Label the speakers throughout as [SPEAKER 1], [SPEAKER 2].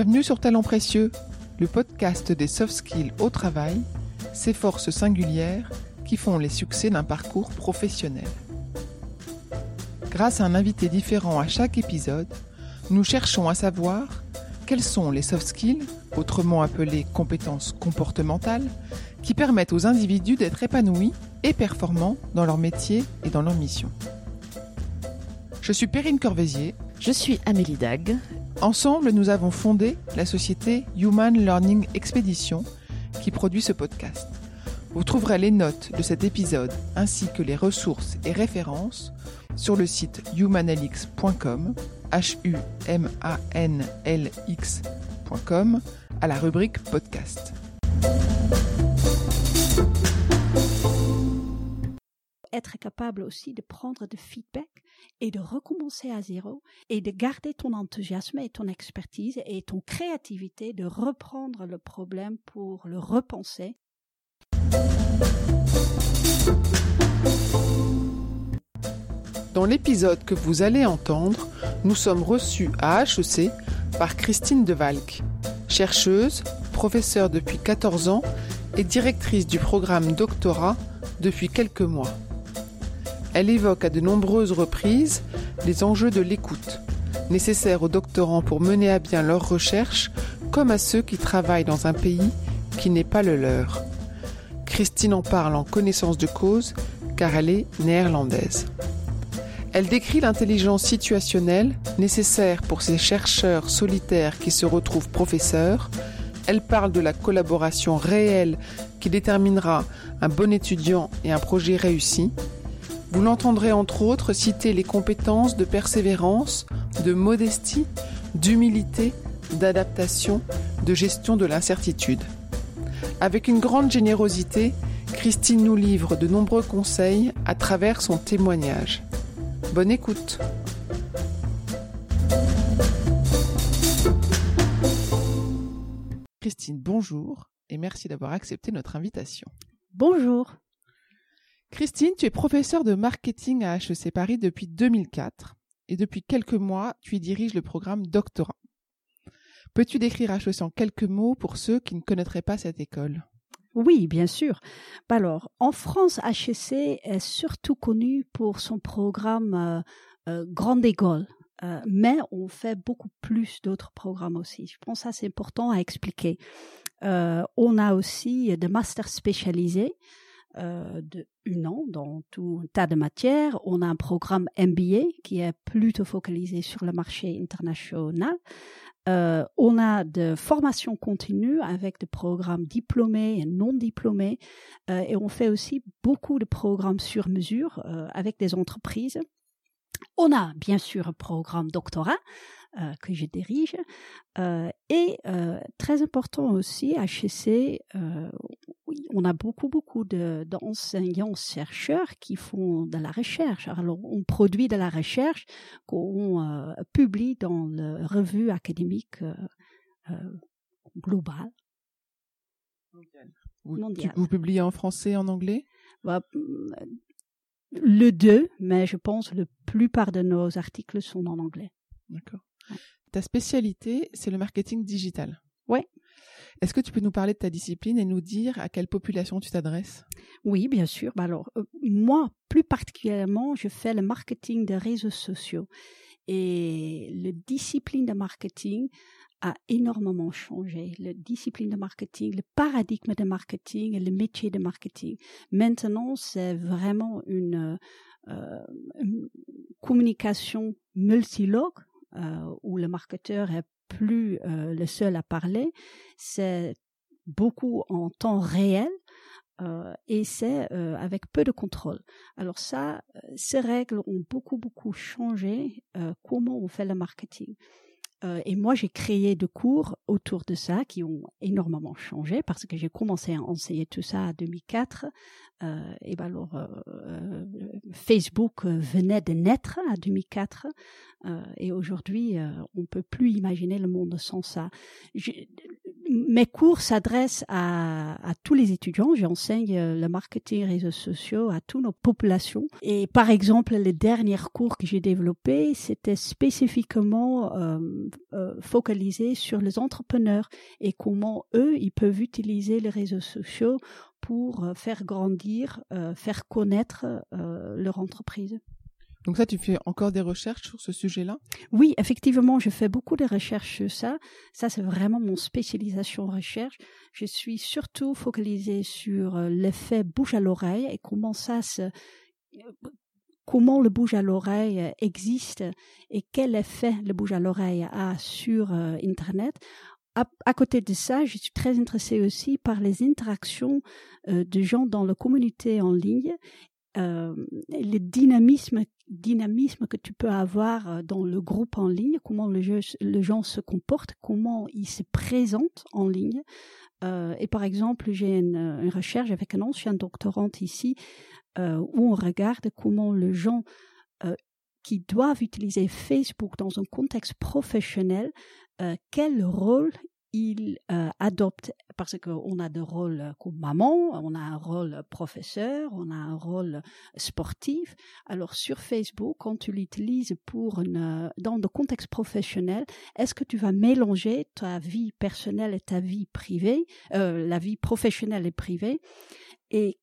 [SPEAKER 1] Bienvenue sur Talents Précieux, le podcast des soft skills au travail, ces forces singulières qui font les succès d'un parcours professionnel. Grâce à un invité différent à chaque épisode, nous cherchons à savoir quels sont les soft skills, autrement appelés compétences comportementales, qui permettent aux individus d'être épanouis et performants dans leur métier et dans leur mission. Je suis Perrine Corvézier.
[SPEAKER 2] Je suis Amélie Dag.
[SPEAKER 1] Ensemble, nous avons fondé la société Human Learning Expedition qui produit ce podcast. Vous trouverez les notes de cet épisode ainsi que les ressources et références sur le site humanlx.com, humanlx.com, à la rubrique podcast.
[SPEAKER 3] Être capable aussi de prendre de feedback et de recommencer à zéro et de garder ton enthousiasme et ton expertise et ton créativité, de reprendre le problème pour le repenser.
[SPEAKER 1] Dans l'épisode que vous allez entendre, nous sommes reçus à HEC par Christine Devalque, chercheuse, professeure depuis 14 ans et directrice du programme doctorat depuis quelques mois. Elle évoque à de nombreuses reprises les enjeux de l'écoute, nécessaires aux doctorants pour mener à bien leurs recherches, comme à ceux qui travaillent dans un pays qui n'est pas le leur. Christine en parle en connaissance de cause, car elle est néerlandaise. Elle décrit l'intelligence situationnelle nécessaire pour ces chercheurs solitaires qui se retrouvent professeurs. Elle parle de la collaboration réelle qui déterminera un bon étudiant et un projet réussi. Vous l'entendrez entre autres citer les compétences de persévérance, de modestie, d'humilité, d'adaptation, de gestion de l'incertitude. Avec une grande générosité, Christine nous livre de nombreux conseils à travers son témoignage. Bonne écoute. Christine, bonjour et merci d'avoir accepté notre invitation.
[SPEAKER 3] Bonjour.
[SPEAKER 1] Christine, tu es professeure de marketing à HEC Paris depuis 2004 et depuis quelques mois, tu y diriges le programme doctorat. Peux-tu décrire HEC en quelques mots pour ceux qui ne connaîtraient pas cette école ?
[SPEAKER 3] Oui, bien sûr. Alors, en France, HEC est surtout connu pour son programme Grande École, mais on fait beaucoup plus d'autres programmes aussi. Je pense que ça, c'est important à expliquer. On a aussi des masters spécialisés de 1 an dans tout un tas de matières. On a un programme MBA qui est plutôt focalisé sur le marché international. On a de formation continue avec des programmes diplômés et non diplômés et on fait aussi beaucoup de programmes sur mesure avec des entreprises. On a bien sûr un programme doctorat que je dirige et très important aussi à HEC, on a beaucoup d'enseignants-chercheurs qui font de la recherche. Alors, on produit de la recherche qu'on publie dans la revue académique globale. Mondiale.
[SPEAKER 1] Vous publiez en français et en anglais ?
[SPEAKER 3] Le 2, mais je pense que la plupart de nos articles sont en anglais.
[SPEAKER 1] D'accord. Ouais. Ta spécialité, c'est le marketing digital.
[SPEAKER 3] Oui.
[SPEAKER 1] Est-ce que tu peux nous parler de ta discipline et nous dire à quelle population tu t'adresses ?
[SPEAKER 3] Oui, bien sûr. Alors, moi, plus particulièrement, je fais le marketing des réseaux sociaux. Et la discipline de marketing a énormément changé. La discipline de marketing, le paradigme de marketing et le métier de marketing. Maintenant, c'est vraiment une communication multilogue où le marketeur est plus le seul à parler. C'est beaucoup en temps réel et c'est avec peu de contrôle. Alors ça, ces règles ont beaucoup changé comment on fait le marketing. Et moi, j'ai créé des cours autour de ça qui ont énormément changé parce que j'ai commencé à enseigner tout ça en 2004. Et ben alors, Facebook venait de naître en 2004. Et aujourd'hui, on peut plus imaginer le monde sans ça. mes cours s'adressent à tous les étudiants. J'enseigne le marketing réseaux sociaux à toutes nos populations. Et par exemple, les derniers cours que j'ai développés, c'était spécifiquement focalisé sur les entrepreneurs et comment eux, ils peuvent utiliser les réseaux sociaux pour faire grandir, faire connaître leur entreprise.
[SPEAKER 1] Donc ça, tu fais encore des recherches sur ce sujet-là?
[SPEAKER 3] Oui, effectivement, je fais beaucoup de recherches sur ça. Ça, c'est vraiment mon spécialisation en recherche. Je suis surtout focalisée sur l'effet bouche à l'oreille et comment le bouche à l'oreille existe et quel effet le bouche à l'oreille a sur Internet. À côté de ça, je suis très intéressée aussi par les interactions de gens dans la communauté en ligne. Le dynamisme que tu peux avoir dans le groupe en ligne, comment le gens se comportent, comment ils se présentent en ligne. Et par exemple, j'ai une recherche avec un ancien doctorante ici où on regarde comment les gens qui doivent utiliser Facebook dans un contexte professionnel, quel rôle ils adoptent, parce qu'on a des rôles comme maman, on a un rôle professeur, on a un rôle sportif. Alors sur Facebook, quand tu l'utilises dans le contexte professionnel, est-ce que tu vas mélanger ta vie personnelle et ta vie privée, la vie professionnelle et privée, et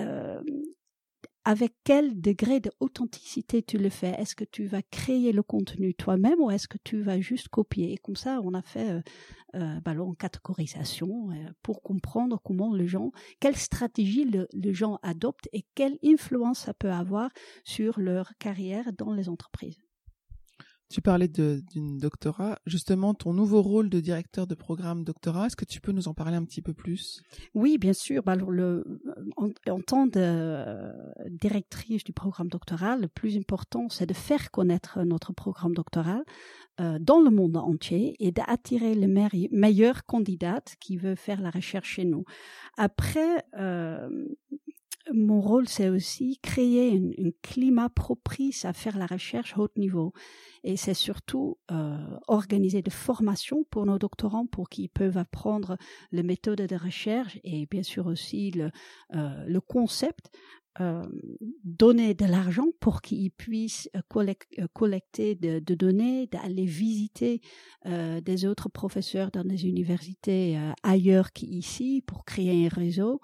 [SPEAKER 3] avec quel degré d'authenticité tu le fais? Est-ce que tu vas créer le contenu toi-même ou est-ce que tu vas juste copier? Et comme ça, on a fait une catégorisation pour comprendre comment quelle stratégie les gens adoptent et quelle influence ça peut avoir sur leur carrière dans les entreprises.
[SPEAKER 1] Tu parlais d'une doctorat. Justement, ton nouveau rôle de directeur de programme doctorat, est-ce que tu peux nous en parler un petit peu plus?
[SPEAKER 3] Oui, bien sûr. Alors, en tant que directrice du programme doctoral, le plus important, c'est de faire connaître notre programme doctoral dans le monde entier et d'attirer les meilleures candidates qui veulent faire la recherche chez nous. Après, mon rôle, c'est aussi créer un climat propice à faire la recherche haut niveau. Et c'est surtout organiser des formations pour nos doctorants pour qu'ils peuvent apprendre les méthodes de recherche et bien sûr aussi le concept. Donner de l'argent pour qu'ils puissent collecter de données, d'aller visiter des autres professeurs dans des universités ailleurs qu'ici pour créer un réseau.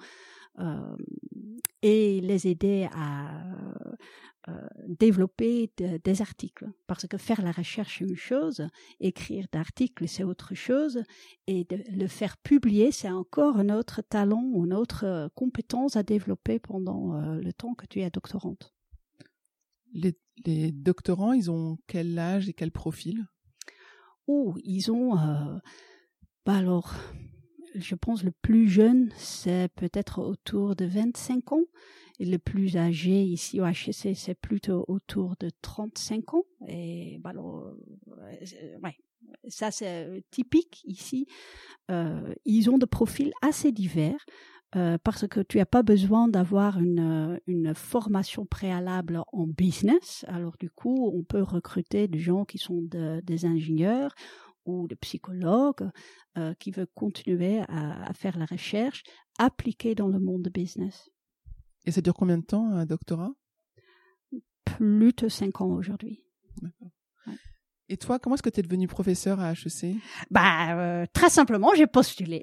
[SPEAKER 3] Et les aider à développer des articles. Parce que faire la recherche, c'est une chose, écrire d'articles, c'est autre chose, et de le faire publier, c'est encore un autre talent, une autre compétence à développer pendant le temps que tu es doctorante.
[SPEAKER 1] Les doctorants, ils ont quel âge et quel profil?
[SPEAKER 3] Ils ont... alors... Je pense le plus jeune, c'est peut-être autour de 25 ans. Et le plus âgé ici au HEC, c'est plutôt autour de 35 ans. Et ça c'est typique ici. Ils ont des profils assez divers. Parce que tu n'as pas besoin d'avoir une formation préalable en business. Alors du coup, on peut recruter des gens qui sont des ingénieurs ou des psychologues qui veulent continuer à faire la recherche appliquée dans le monde de business.
[SPEAKER 1] Et ça dure combien de temps, un doctorat?
[SPEAKER 3] Plus de 5 ans aujourd'hui.
[SPEAKER 1] D'accord. Ouais. Et toi, comment est-ce que tu es devenue professeure à HEC?
[SPEAKER 3] Très simplement, j'ai postulé.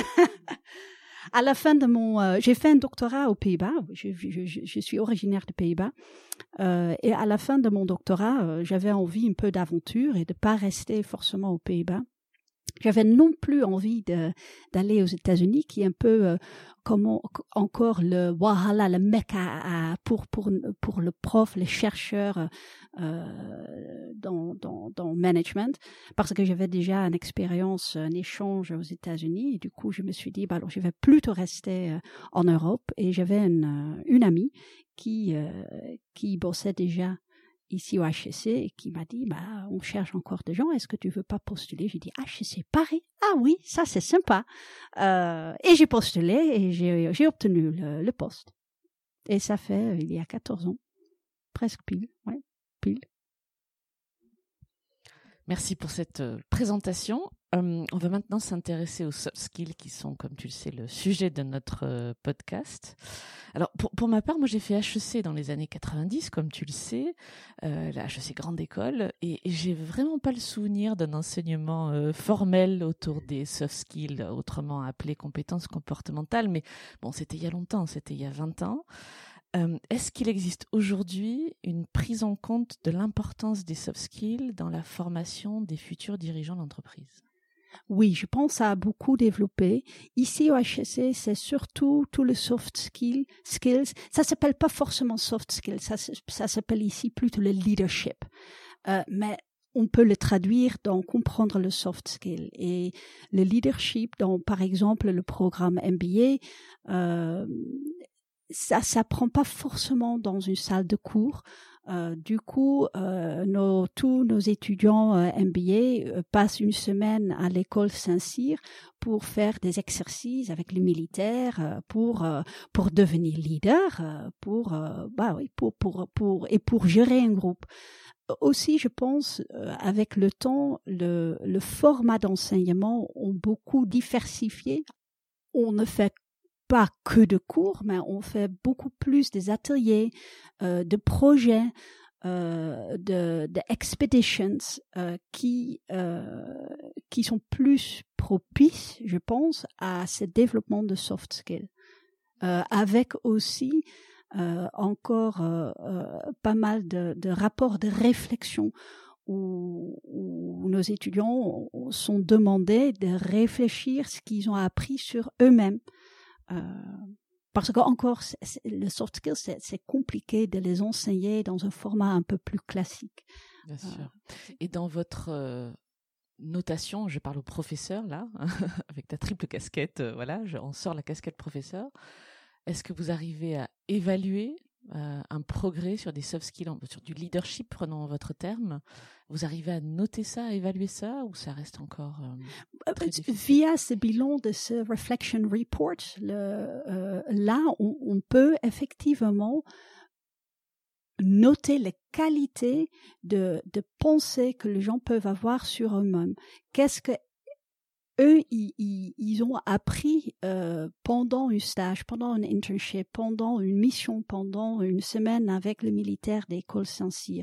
[SPEAKER 3] À la fin de j'ai fait un doctorat aux Pays-Bas. Je suis originaire des Pays-Bas. Et à la fin de mon doctorat, j'avais envie un peu d'aventure et de pas rester forcément aux Pays-Bas. J'avais non plus envie d'aller aux États-Unis, qui est un peu encore le Walhalla, le mecca pour le prof, les chercheurs dans management, parce que j'avais déjà une expérience, un échange aux États-Unis, et du coup je me suis dit alors je vais plutôt rester en Europe. Et j'avais une amie qui bossait déjà ici au HEC et qui m'a dit on cherche encore des gens, est-ce que tu veux pas postuler? J'ai dit HEC Paris, ah oui, ça c'est sympa. Et j'ai postulé et j'ai obtenu le poste. Et ça fait il y a 14 ans, presque pile.
[SPEAKER 2] Merci pour cette présentation. On va maintenant s'intéresser aux soft skills qui sont, comme tu le sais, le sujet de notre podcast. Alors, pour ma part, moi, j'ai fait HEC dans les années 90, comme tu le sais, la HEC Grande École, et j'ai vraiment pas le souvenir d'un enseignement formel autour des soft skills, autrement appelés compétences comportementales, mais bon, c'était il y a longtemps, c'était il y a 20 ans. Est-ce qu'il existe aujourd'hui une prise en compte de l'importance des soft skills dans la formation des futurs dirigeants d'entreprise ?
[SPEAKER 3] Oui, je pense que ça a beaucoup développé. Ici au HEC, c'est surtout tous les soft skills. Ça s'appelle pas forcément soft skills, ça s'appelle ici plutôt le leadership. Mais on peut le traduire dans comprendre le soft skill. Et le leadership, dans par exemple le programme MBA, ça s'apprend pas forcément dans une salle de cours. Du coup, tous nos étudiants MBA passent une semaine à l'école Saint-Cyr pour faire des exercices avec les militaires, pour devenir leader, pour gérer un groupe. Aussi, je pense, avec le temps, le format d'enseignement ont beaucoup diversifié. On ne fait pas que de cours, mais on fait beaucoup plus des ateliers, de projets, de expeditions qui sont plus propices, je pense, à ce développement de soft skills. Avec aussi encore pas mal de rapports de réflexion où nos étudiants sont demandés de réfléchir ce qu'ils ont appris sur eux-mêmes. Parce qu'encore, le soft skills, c'est compliqué de les enseigner dans un format un peu plus classique.
[SPEAKER 2] Bien sûr. Et dans votre notation, je parle au professeur, là, avec ta triple casquette, on sort la casquette professeur. Est-ce que vous arrivez à évaluer un progrès sur des soft skills, sur du leadership, prenons votre terme? Vous arrivez à noter ça, à évaluer ça, ou ça reste encore très difficile?
[SPEAKER 3] Via ce bilan de ce Reflection Report, là, on peut effectivement noter les qualités de pensée que les gens peuvent avoir sur eux-mêmes. Qu'est-ce que eux, ils ont appris pendant un stage, pendant un internship, pendant une mission, pendant une semaine avec le militaire d'école Saint-Cyr.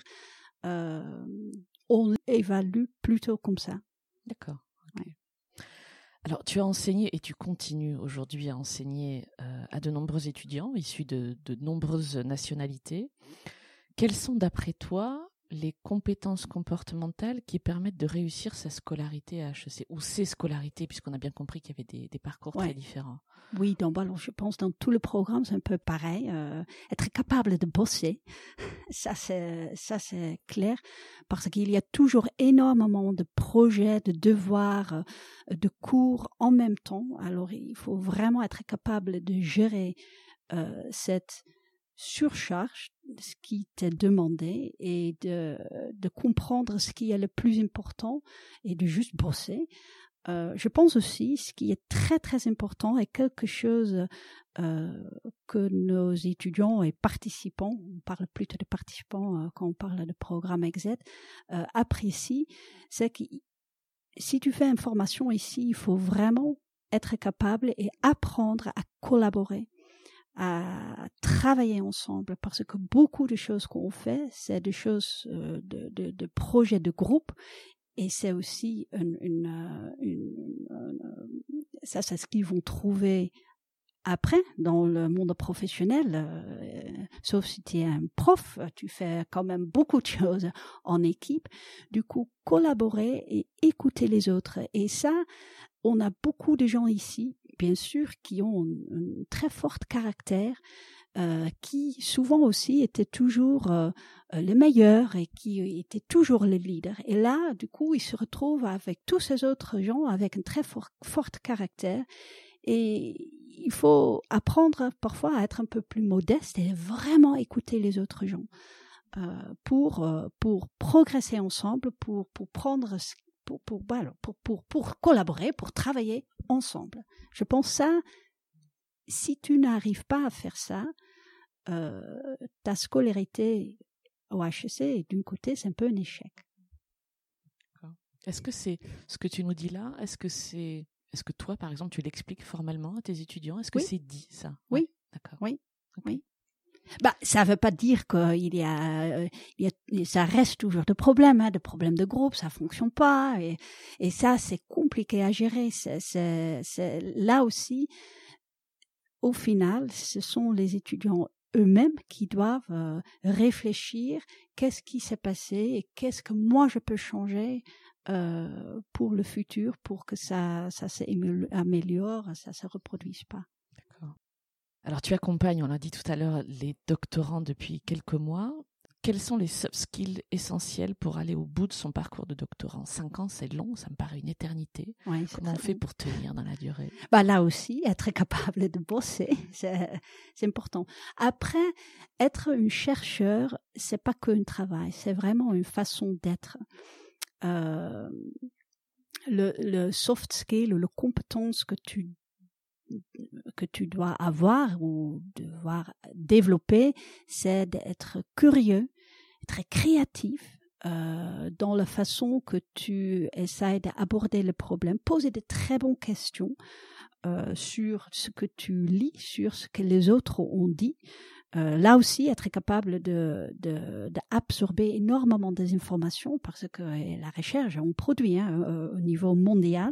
[SPEAKER 3] On évalue plutôt comme ça.
[SPEAKER 2] D'accord. Okay. Alors, tu as enseigné et tu continues aujourd'hui à enseigner à de nombreux étudiants issus de nombreuses nationalités. Quelles sont, d'après toi, les compétences comportementales qui permettent de réussir sa scolarité à HEC, ou ses scolarités, puisqu'on a bien compris qu'il y avait des parcours très différents?
[SPEAKER 3] Oui, alors je pense dans tout le programme, c'est un peu pareil. Être capable de bosser, ça c'est clair, parce qu'il y a toujours énormément de projets, de devoirs, de cours en même temps. Alors il faut vraiment être capable de gérer cette surcharge, ce qui t'est demandé, et de comprendre ce qui est le plus important et de juste bosser. Je pense aussi, ce qui est très très important et quelque chose que nos étudiants et participants, on parle plutôt de participants quand on parle de programme EXET, apprécient, c'est que si tu fais une formation ici, il faut vraiment être capable et apprendre à collaborer, à travailler ensemble, parce que beaucoup de choses qu'on fait, c'est des choses de projets de groupe, et c'est aussi ça c'est ce qu'ils vont trouver après dans le monde professionnel, sauf si tu es un prof, tu fais quand même beaucoup de choses en équipe. Du coup, collaborer et écouter les autres, et ça, on a beaucoup de gens ici, bien sûr, qui ont un très fort caractère, qui souvent aussi étaient toujours les meilleurs et qui étaient toujours les leaders. Et là, du coup, ils se retrouvent avec tous ces autres gens avec un très fort caractère. Et il faut apprendre parfois à être un peu plus modeste et vraiment écouter les autres gens pour progresser ensemble, pour prendre pour collaborer, pour travailler ensemble. Je pense ça, si tu n'arrives pas à faire ça, ta scolarité au HEC, d'une côté, c'est un peu un échec.
[SPEAKER 2] Est-ce que c'est ce que tu nous dis là? Est-ce que toi, par exemple, tu l'expliques formellement à tes étudiants? Est-ce que c'est dit ça?
[SPEAKER 3] Oui.
[SPEAKER 2] Ouais, d'accord.
[SPEAKER 3] Oui.
[SPEAKER 2] Okay.
[SPEAKER 3] Oui. Ça veut pas dire qu'il y a, ça reste toujours de problèmes, de problèmes de groupe, ça fonctionne pas, et ça c'est compliqué à gérer. C'est là aussi, au final, ce sont les étudiants eux-mêmes qui doivent réfléchir qu'est-ce qui s'est passé et qu'est-ce que moi je peux changer pour le futur, pour que ça s'améliore, ça se reproduise pas.
[SPEAKER 2] D'accord. Alors tu accompagnes, on l'a dit tout à l'heure, les doctorants depuis quelques mois. Quels sont les soft skills essentiels pour aller au bout de son parcours de doctorant? 5 ans, c'est long, ça me paraît une éternité.
[SPEAKER 3] Ouais,
[SPEAKER 2] comment on fait pour tenir dans la durée?
[SPEAKER 3] Là aussi, être capable de bosser, c'est important. Après, être une chercheur, c'est pas qu'un travail, c'est vraiment une façon d'être. Le soft skill ou la compétence que tu dois avoir ou devoir développer, c'est d'être curieux, très créatif dans la façon que tu essaies d'aborder le problème, poser de très bonnes questions sur ce que tu lis, sur ce que les autres ont dit. Là aussi, être capable d'absorber énormément des informations parce que la recherche, on produit au niveau mondial.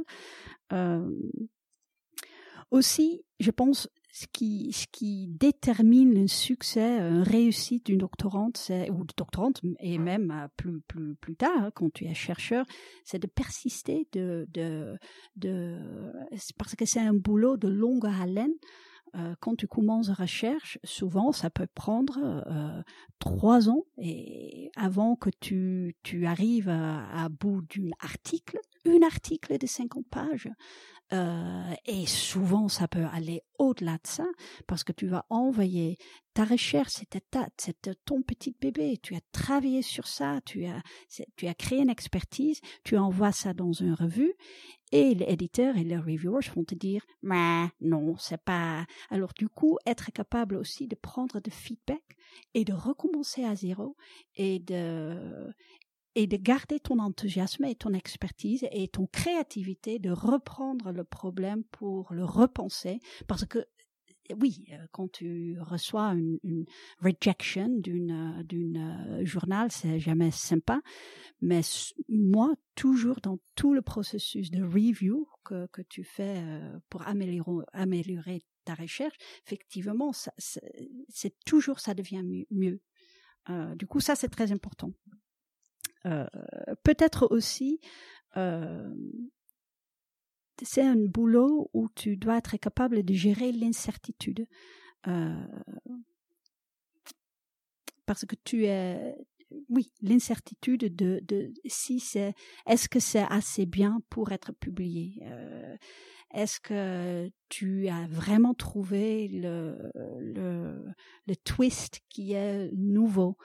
[SPEAKER 3] Aussi, je pense, ce qui détermine le succès, une réussite d'une doctorante, ou de doctorante, et même plus tard, quand tu es chercheur, c'est de persister, parce que c'est un boulot de longue haleine. Quand tu commences la recherche, souvent ça peut prendre 3 ans et avant que tu arrives à bout d'un article de 50 pages. Et souvent ça peut aller au-delà de ça parce que tu vas envoyer ta recherche, c'est ton petit bébé, tu as travaillé sur ça, tu as créé une expertise, tu envoies ça dans une revue et l'éditeur et les reviewers vont te dire non, c'est pas. Alors du coup, être capable aussi de prendre de feedback et de recommencer à zéro et de garder ton enthousiasme et ton expertise et ton créativité, de reprendre le problème pour le repenser. Parce que, oui, quand tu reçois une rejection d'une journal, c'est jamais sympa. Mais moi, toujours dans tout le processus de review que tu fais pour améliorer ta recherche, effectivement, c'est toujours, ça devient mieux. Du coup, ça, c'est très important. Peut-être aussi, c'est un boulot où tu dois être capable de gérer l'incertitude. Parce que l'incertitude de si est-ce que c'est assez bien pour être publié? Est-ce que tu as vraiment trouvé le twist qui est nouveau?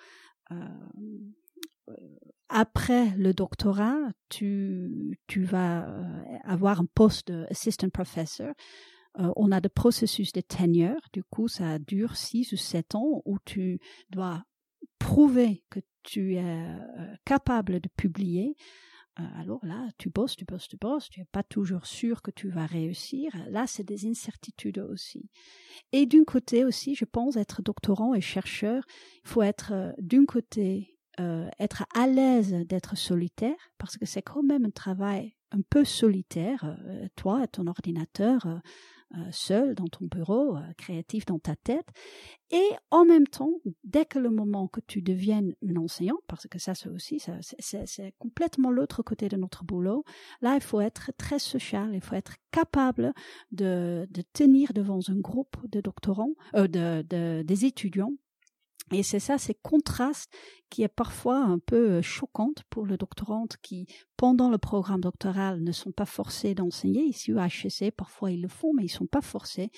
[SPEAKER 3] Après le doctorat, tu vas avoir un poste d'assistant professor. On a des processus de tenure, du coup ça dure 6 ou 7 ans où tu dois prouver que tu es capable de publier. Alors là, tu bosses, tu n'es pas toujours sûr que tu vas réussir. Là, c'est des incertitudes aussi. Et d'un côté aussi, je pense, être doctorant et chercheur, il faut être d'un côté être à l'aise d'être solitaire, parce que c'est quand même un travail un peu solitaire, toi et ton ordinateur, seul dans ton bureau, créatif dans ta tête, et en même temps, dès que le moment que tu deviennes une enseignante, parce que ça c'est complètement l'autre côté de notre boulot, là il faut être très social, il faut être capable de tenir devant un groupe de doctorants, des étudiants. Et c'est ça, ces contrastes qui est parfois un peu choquante pour le doctorante qui, pendant le programme doctoral, ne sont pas forcés d'enseigner. Ici, au HEC, parfois ils le font, mais ils sont pas forcés.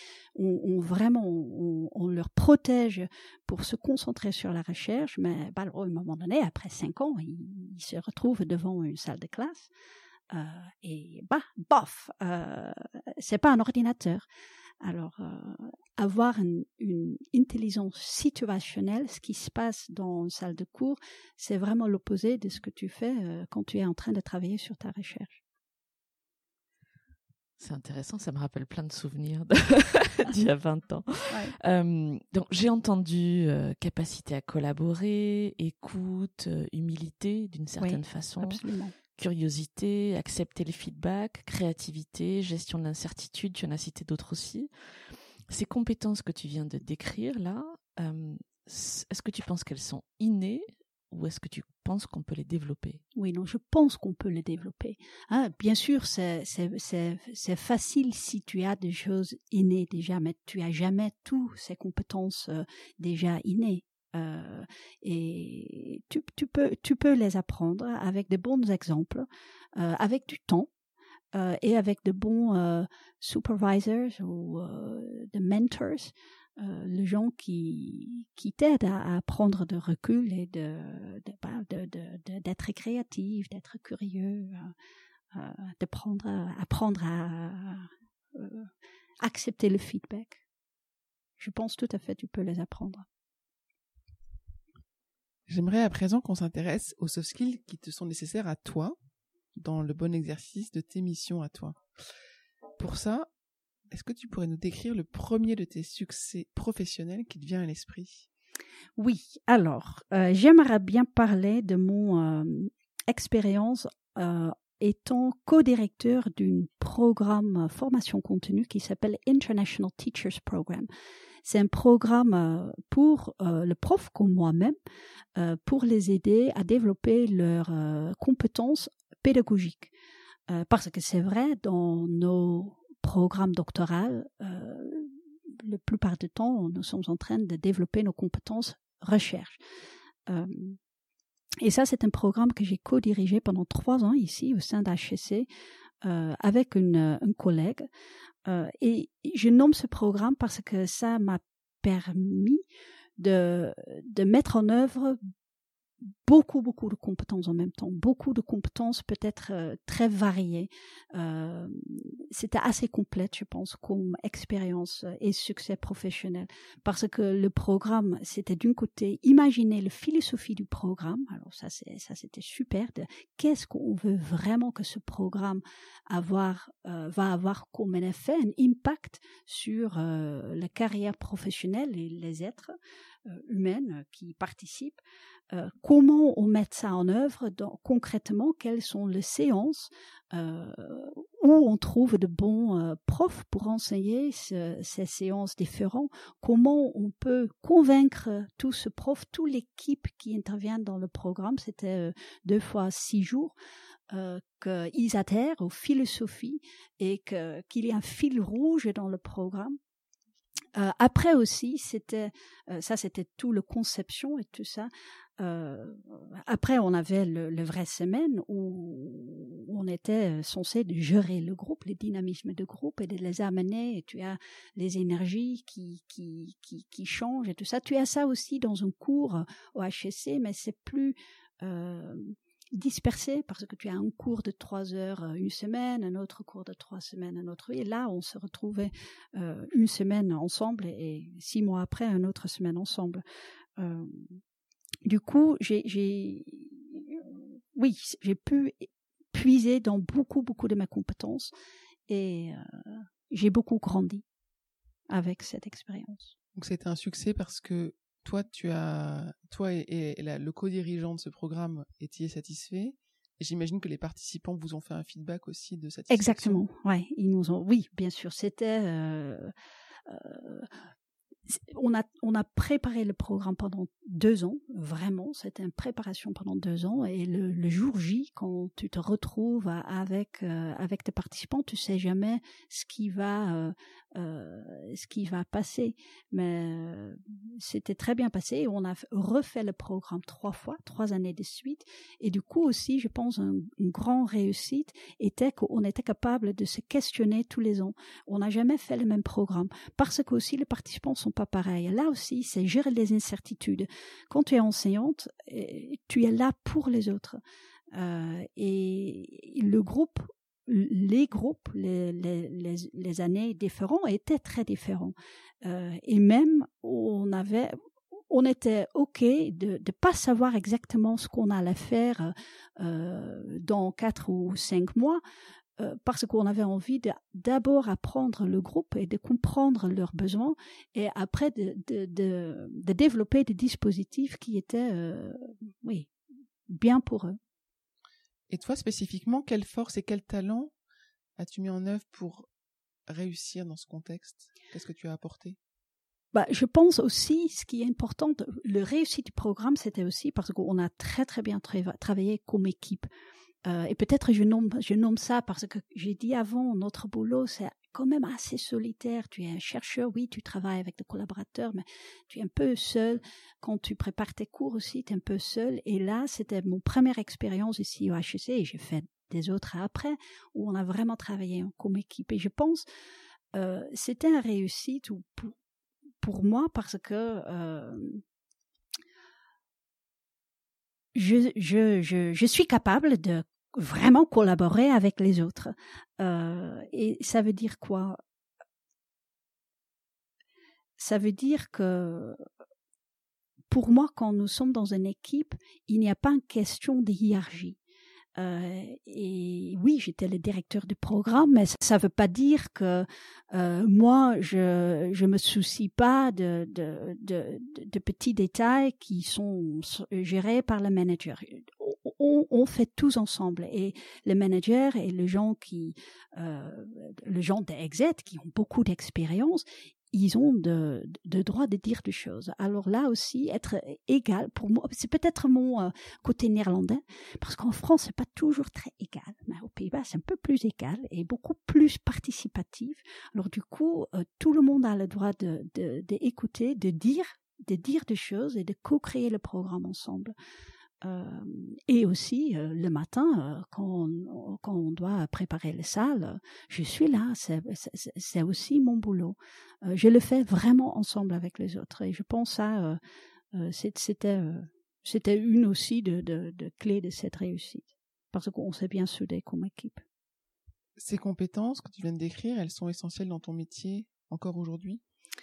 [SPEAKER 3] On leur protège pour se concentrer sur la recherche, mais à un moment donné, après 5 ans, ils se retrouvent devant une salle de classe. Et bof, c'est pas un ordinateur. Alors, avoir une intelligence situationnelle, ce qui se passe dans une salle de cours, c'est vraiment l'opposé de ce que tu fais quand tu es en train de travailler sur ta recherche.
[SPEAKER 2] C'est intéressant, ça me rappelle plein de souvenirs d'il y a 20 ans.
[SPEAKER 3] Ouais.
[SPEAKER 2] Donc, j'ai entendu capacité à collaborer, écoute, humilité d'une certaine façon,
[SPEAKER 3] absolument.
[SPEAKER 2] Curiosité, accepter les feedbacks, créativité, gestion de l'incertitude, tu en as cité d'autres aussi. Ces compétences que tu viens de décrire là, est-ce que tu penses qu'elles sont innées ou est-ce que tu penses qu'on peut les développer?
[SPEAKER 3] Oui, non, je pense qu'on peut les développer. Bien sûr, c'est facile si tu as des choses innées déjà, mais tu as jamais toutes ces compétences déjà innées. Et tu peux les apprendre avec de bons exemples, avec du temps. Et avec de bons supervisors ou de mentors, les gens qui t'aident à prendre de recul et d'être créatif, d'être curieux, apprendre à accepter le feedback. Je pense tout à fait tu peux les apprendre.
[SPEAKER 1] J'aimerais à présent qu'on s'intéresse aux soft skills qui te sont nécessaires à toi, dans le bon exercice de tes missions à toi. Pour ça, est-ce que tu pourrais nous décrire le premier de tes succès professionnels qui te vient à l'esprit?
[SPEAKER 3] Oui, alors, j'aimerais bien parler de mon expérience étant co-directeur d'un programme formation continue qui s'appelle International Teachers Program. C'est un programme pour le prof comme moi-même, pour les aider à développer leurs compétences pédagogiques. Parce que c'est vrai, dans nos programmes doctoraux, la plupart du temps, nous sommes en train de développer nos compétences recherche. Et ça, c'est un programme que j'ai co-dirigé pendant 3 ans ici au sein d'HEC avec une collègue. Et je nomme ce programme parce que ça m'a permis de mettre en œuvre beaucoup de compétences en même temps, beaucoup de compétences peut-être très variées. C'était assez complète, je pense, comme expérience et succès professionnel, parce que le programme, c'était d'un côté imaginer la philosophie du programme. Alors ça c'était super. Qu'est-ce qu'on veut vraiment que ce programme va avoir comme effet, un impact sur la carrière professionnelle et les êtres humaines qui participent. Comment on met ça en œuvre concrètement, quelles sont les séances où on trouve de bons profs pour enseigner ces séances différentes, comment on peut convaincre tout ce prof, toute l'équipe qui intervient dans le programme, c'était 2 fois 6 jours, qu'ils adhèrent aux philosophies et qu'il y ait un fil rouge dans le programme. Après aussi, c'était tout le conception et tout ça. Après, on avait le vrai semaine où on était censé gérer le groupe, les dynamismes de groupe et de les amener. Et tu as les énergies qui changent et tout ça. Tu as ça aussi dans un cours au HEC, mais c'est plus dispersé parce que tu as un cours de 3 heures une semaine, un autre cours de 3 semaines, un autre. Et là, on se retrouvait une semaine ensemble et 6 mois après, une autre semaine ensemble. Du coup, j'ai pu puiser dans beaucoup de mes compétences et j'ai beaucoup grandi avec cette expérience.
[SPEAKER 1] Donc c'était un succès parce que toi et le co-dirigeant de ce programme étiez satisfaits. Et j'imagine que les participants vous ont fait un feedback aussi de satisfaction.
[SPEAKER 3] Exactement, ouais, oui, bien sûr, c'était on a préparé le programme pendant 2 ans, vraiment, c'était une préparation pendant 2 ans, et le jour J, quand tu te retrouves avec tes participants, tu sais jamais ce qui va passer, mais c'était très bien passé. On a refait le programme 3 fois, 3 années de suite, et du coup aussi, je pense, une grande réussite était qu'on était capable de se questionner tous les ans. On n'a jamais fait le même programme, parce que aussi les participants sont pas pareils. Là aussi, c'est gérer les incertitudes. Quand tu es enseignante, tu es là pour les autres. Et le groupe les groupes, les années différentes étaient très différents. Et même, on était OK de ne pas savoir exactement ce qu'on allait faire dans 4 ou 5 mois, parce qu'on avait envie d'abord apprendre le groupe et de comprendre leurs besoins, et après de développer des dispositifs qui étaient bien pour eux.
[SPEAKER 1] Et toi, spécifiquement, quelle force et quel talent as-tu mis en œuvre pour réussir dans ce contexte? Qu'est-ce que tu as apporté?
[SPEAKER 3] Je pense aussi, ce qui est important, le réussite du programme, c'était aussi parce qu'on a très très bien travaillé comme équipe. Et peut-être je nomme ça parce que j'ai dit avant, notre boulot, c'est quand même assez solitaire. Tu es un chercheur, oui, tu travailles avec des collaborateurs, mais tu es un peu seul. Quand tu prépares tes cours aussi, tu es un peu seul. Et là, c'était mon première expérience ici au HEC, et j'ai fait des autres après, où on a vraiment travaillé comme équipe. Et je pense c'était une réussite pour moi parce que je suis capable de vraiment collaborer avec les autres. Et ça veut dire quoi? Ça veut dire que pour moi, quand nous sommes dans une équipe, il n'y a pas une question de hiérarchie. Et oui, j'étais le directeur du programme, mais ça veut pas dire que moi je me soucie pas de petits détails qui sont gérés par le manager. On fait tous ensemble, et le manager et les gens d'Exet qui ont beaucoup d'expérience, ils ont de droit de dire des choses. Alors là aussi, être égal, pour moi, c'est peut-être mon côté néerlandais, parce qu'en France, c'est pas toujours très égal, mais aux Pays-Bas, c'est un peu plus égal et beaucoup plus participatif. Alors du coup, tout le monde a le droit d'écouter, de dire des choses et de co-créer le programme ensemble. Et aussi le matin quand on doit préparer les salles, je suis là, c'est aussi mon boulot. Je le fais vraiment ensemble avec les autres, et je pense ça c'était une aussi de clés de cette réussite, parce qu'on s'est bien soudés comme équipe.
[SPEAKER 1] Ces compétences que tu viens de décrire, elles sont essentielles dans ton métier encore aujourd'hui?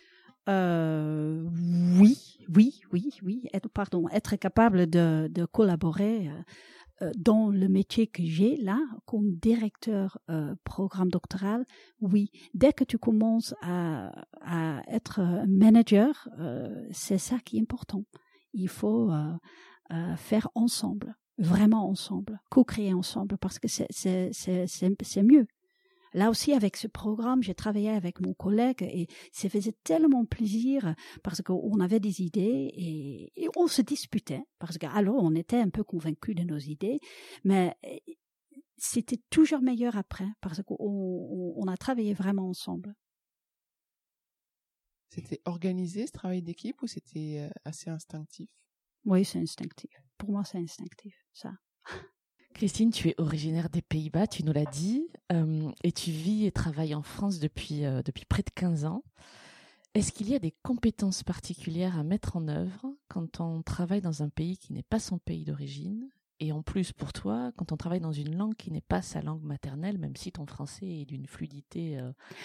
[SPEAKER 3] Oui. Être capable de collaborer dans le métier que j'ai là, comme directeur programme doctoral, oui. Dès que tu commences à être manager, c'est ça qui est important. Il faut faire ensemble, vraiment ensemble, co-créer ensemble, parce que c'est mieux. Là aussi, avec ce programme, j'ai travaillé avec mon collègue, et ça faisait tellement plaisir parce qu'on avait des idées et on se disputait, parce qu'alors on était un peu convaincus de nos idées, mais c'était toujours meilleur après parce qu'on a travaillé vraiment ensemble.
[SPEAKER 1] C'était organisé, ce travail d'équipe, ou c'était assez instinctif?
[SPEAKER 3] Oui, c'est instinctif. Pour moi, c'est instinctif, ça.
[SPEAKER 2] Christine, tu es originaire des Pays-Bas, tu nous l'as dit, et tu vis et travailles en France depuis près de 15 ans. Est-ce qu'il y a des compétences particulières à mettre en œuvre quand on travaille dans un pays qui n'est pas son pays d'origine, et en plus pour toi, quand on travaille dans une langue qui n'est pas sa langue maternelle, même si ton français est d'une fluidité...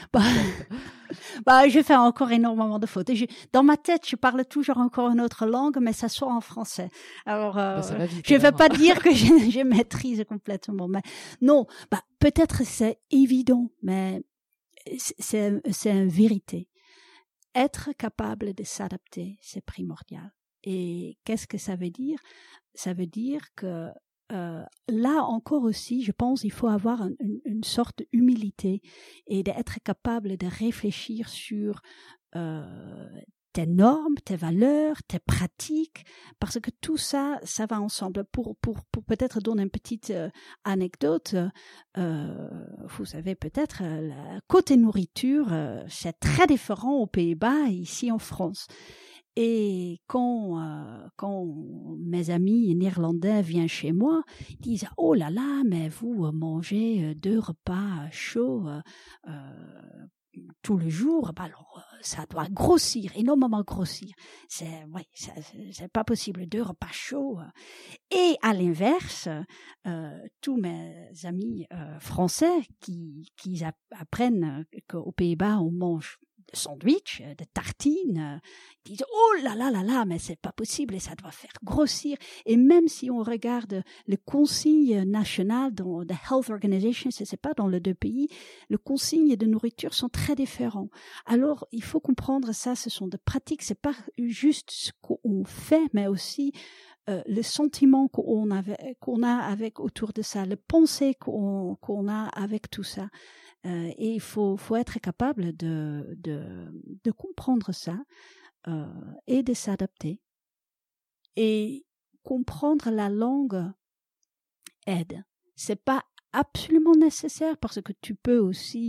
[SPEAKER 3] je fais encore énormément de fautes. Dans ma tête, je parle toujours encore une autre langue, mais ça sort en français. Alors,
[SPEAKER 2] ça va vite,
[SPEAKER 3] je ne veux pas dire que je maîtrise complètement. Mais non, peut-être c'est évident, mais c'est une vérité. Être capable de s'adapter, c'est primordial. Et qu'est-ce que ça veut dire? Ça veut dire que là encore aussi, je pense, il faut avoir une sorte d'humilité et d'être capable de réfléchir sur tes normes, tes valeurs, tes pratiques, parce que tout ça, ça va ensemble. Pour peut-être donner une petite anecdote, vous savez peut-être, côté nourriture, c'est très différent aux Pays-Bas et ici en France. Et quand mes amis néerlandais viennent chez moi, ils disent « Oh là là, mais vous mangez 2 repas chauds tout le jour, alors ça doit grossir, énormément grossir. C'est pas possible, 2 repas chauds. Et à l'inverse, tous mes amis français qui apprennent qu'aux Pays-Bas on mange de sandwich, de tartines, ils disent oh là là là là, mais c'est pas possible et ça doit faire grossir. Et même si on regarde le consigne national dans the Health Organization, c'est pas dans les 2 pays, les consignes de nourriture sont très différents. Alors il faut comprendre ça, ce sont des pratiques, c'est pas juste ce qu'on fait, mais aussi le sentiment qu'on a avec autour de ça, le pensée qu'on a avec tout ça. Et il faut être capable de comprendre ça et de s'adapter. Et comprendre la langue aide. C'est pas absolument nécessaire parce que tu peux aussi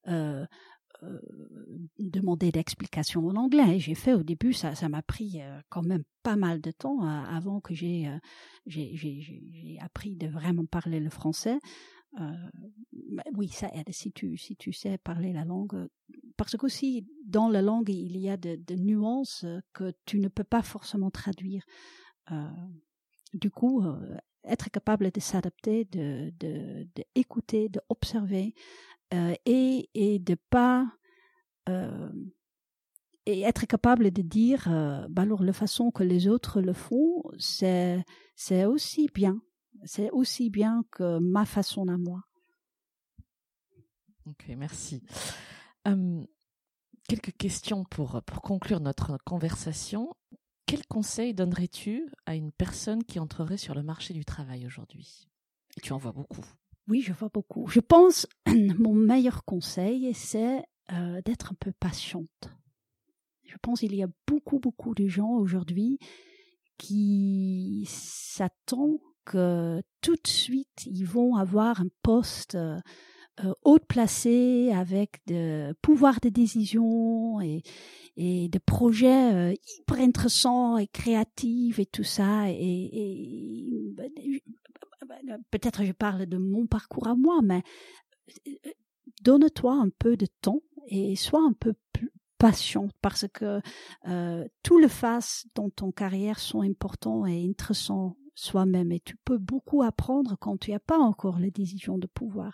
[SPEAKER 3] demander d'explications en anglais. Et j'ai fait au début, ça m'a pris quand même pas mal de temps avant que j'ai appris de vraiment parler le français. Oui, ça aide si tu sais parler la langue, parce qu'aussi dans la langue il y a de nuances que tu ne peux pas forcément traduire. Du coup, être capable de s'adapter, de écouter, de observer et de pas et être capable de dire alors la façon que les autres le font, c'est aussi bien. C'est aussi bien que ma façon à moi.
[SPEAKER 2] Ok, merci. Quelques questions pour conclure notre conversation. Quel conseil donnerais-tu à une personne qui entrerait sur le marché du travail aujourd'hui? Et tu en vois beaucoup.
[SPEAKER 3] Oui, je vois beaucoup. Je pense mon meilleur conseil, c'est d'être un peu patiente. Je pense qu'il y a beaucoup de gens aujourd'hui qui s'attendent que tout de suite ils vont avoir un poste haut placé avec de pouvoir de décision et de projets hyper intéressants et créatifs et tout ça et peut-être je parle de mon parcours à moi, mais donne-toi un peu de temps et sois un peu plus patient parce que tous les phases dans ton carrière sont importants et intéressants soi-même et tu peux beaucoup apprendre quand tu n'as pas encore les décisions de pouvoir.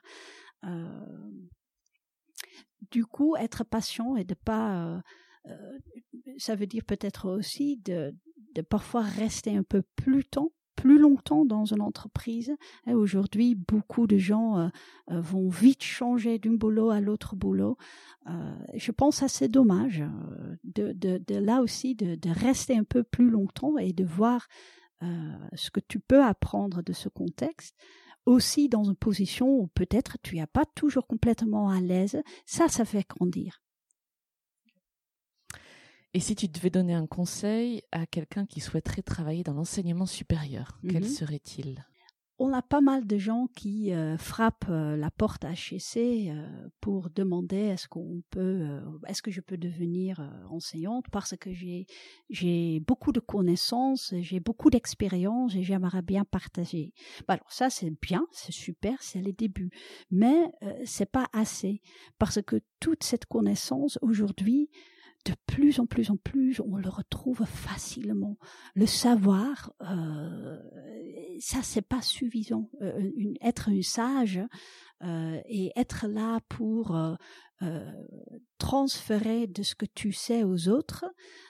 [SPEAKER 3] Du coup, être patient et de pas, ça veut dire peut-être aussi de parfois rester un peu plus longtemps dans une entreprise. Et aujourd'hui, beaucoup de gens vont vite changer d'un boulot à l'autre boulot. Je pense que c'est dommage de là aussi de rester un peu plus longtemps et de voir ce que tu peux apprendre de ce contexte. Aussi dans une position où peut-être tu n'es pas toujours complètement à l'aise, ça fait grandir.
[SPEAKER 2] Et si tu devais donner un conseil à quelqu'un qui souhaiterait travailler dans l'enseignement supérieur, quel serait-il?
[SPEAKER 3] On a pas mal de gens qui frappent la porte HEC pour demander est-ce que je peux devenir enseignante parce que j'ai beaucoup de connaissances, j'ai beaucoup d'expérience et j'aimerais bien partager. Alors ça c'est bien, c'est super, c'est le début, mais c'est pas assez parce que toute cette connaissance aujourd'hui de plus en plus, on le retrouve facilement. Le savoir, ça c'est pas suffisant. Être un sage et être là pour transférer de ce que tu sais aux autres,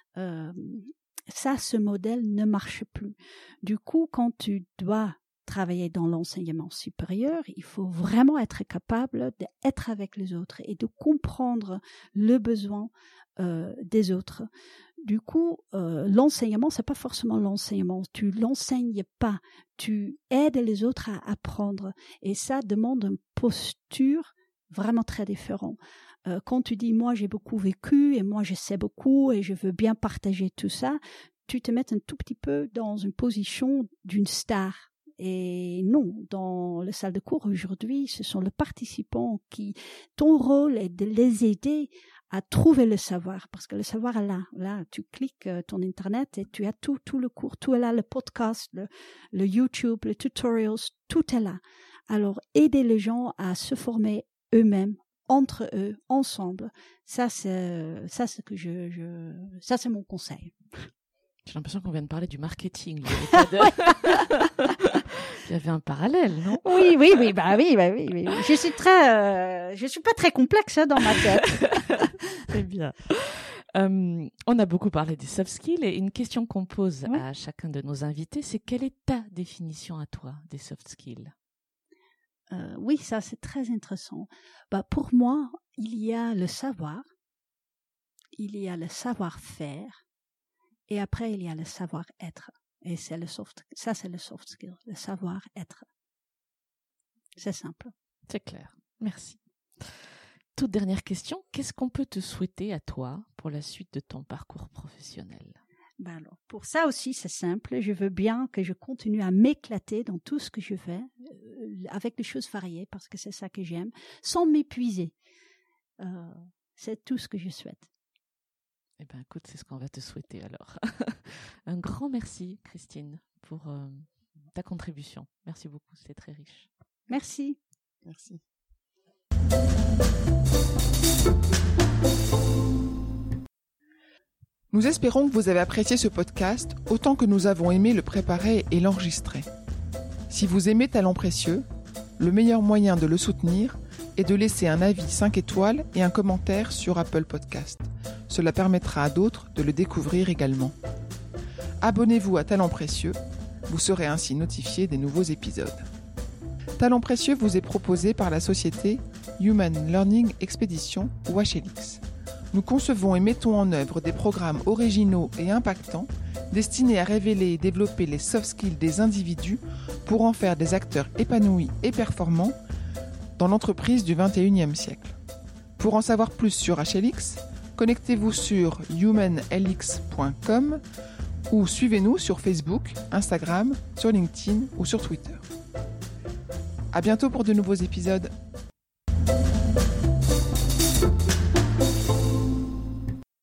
[SPEAKER 3] ça, ce modèle ne marche plus. Du coup, quand tu dois travailler dans l'enseignement supérieur, il faut vraiment être capable d'être avec les autres et de comprendre le besoin des autres. Du coup, l'enseignement, c'est pas forcément l'enseignement. Tu l'enseignes pas, tu aides les autres à apprendre. Et ça demande une posture vraiment très différente. Quand tu dis, moi j'ai beaucoup vécu et moi je sais beaucoup et je veux bien partager tout ça, tu te mets un tout petit peu dans une position d'une star. Et non, dans la salle de cours aujourd'hui, ce sont les participants qui, ton rôle est de les aider à trouver le savoir, parce que le savoir est là. Là, tu cliques ton internet et tu as tout le cours, tout est là, le podcast, le YouTube, les tutorials, tout est là. Alors, aider les gens à se former eux-mêmes entre eux, ensemble. Ça, c'est mon conseil.
[SPEAKER 2] J'ai l'impression qu'on vient de parler du marketing. Il y avait un parallèle, non?
[SPEAKER 3] Oui. Je suis pas très complexe dans ma tête.
[SPEAKER 2] C'est bien. On a beaucoup parlé des soft skills et une question qu'on pose à chacun de nos invités, c'est quelle est ta définition à toi des soft skills?
[SPEAKER 3] Oui, ça c'est très intéressant. Pour moi, il y a le savoir, il y a le savoir-faire, et après il y a le savoir-être. Et c'est le soft skill, le savoir-être. C'est simple.
[SPEAKER 2] C'est clair. Merci. Toute dernière question, qu'est-ce qu'on peut te souhaiter à toi pour la suite de ton parcours professionnel?
[SPEAKER 3] Alors, pour ça aussi, c'est simple. Je veux bien que je continue à m'éclater dans tout ce que je fais, avec des choses variées, parce que c'est ça que j'aime, sans m'épuiser. C'est tout ce que je souhaite.
[SPEAKER 2] Eh bien, écoute, c'est ce qu'on va te souhaiter alors. Un grand merci, Christine, pour ta contribution. Merci beaucoup, c'est très riche.
[SPEAKER 3] Merci.
[SPEAKER 1] Merci. Nous espérons que vous avez apprécié ce podcast autant que nous avons aimé le préparer et l'enregistrer. Si vous aimez Talents Précieux, le meilleur moyen de le soutenir est de laisser un avis 5 étoiles et un commentaire sur Apple Podcast. Cela permettra à d'autres de le découvrir également. Abonnez-vous à Talents Précieux, vous serez ainsi notifié des nouveaux épisodes. Talents Précieux vous est proposé par la société Human Learning Expedition ou HLX. Nous concevons et mettons en œuvre des programmes originaux et impactants destinés à révéler et développer les soft skills des individus pour en faire des acteurs épanouis et performants dans l'entreprise du XXIe siècle. Pour en savoir plus sur HLX, connectez-vous sur humanlx.com ou suivez-nous sur Facebook, Instagram, sur LinkedIn ou sur Twitter. À bientôt pour de nouveaux épisodes.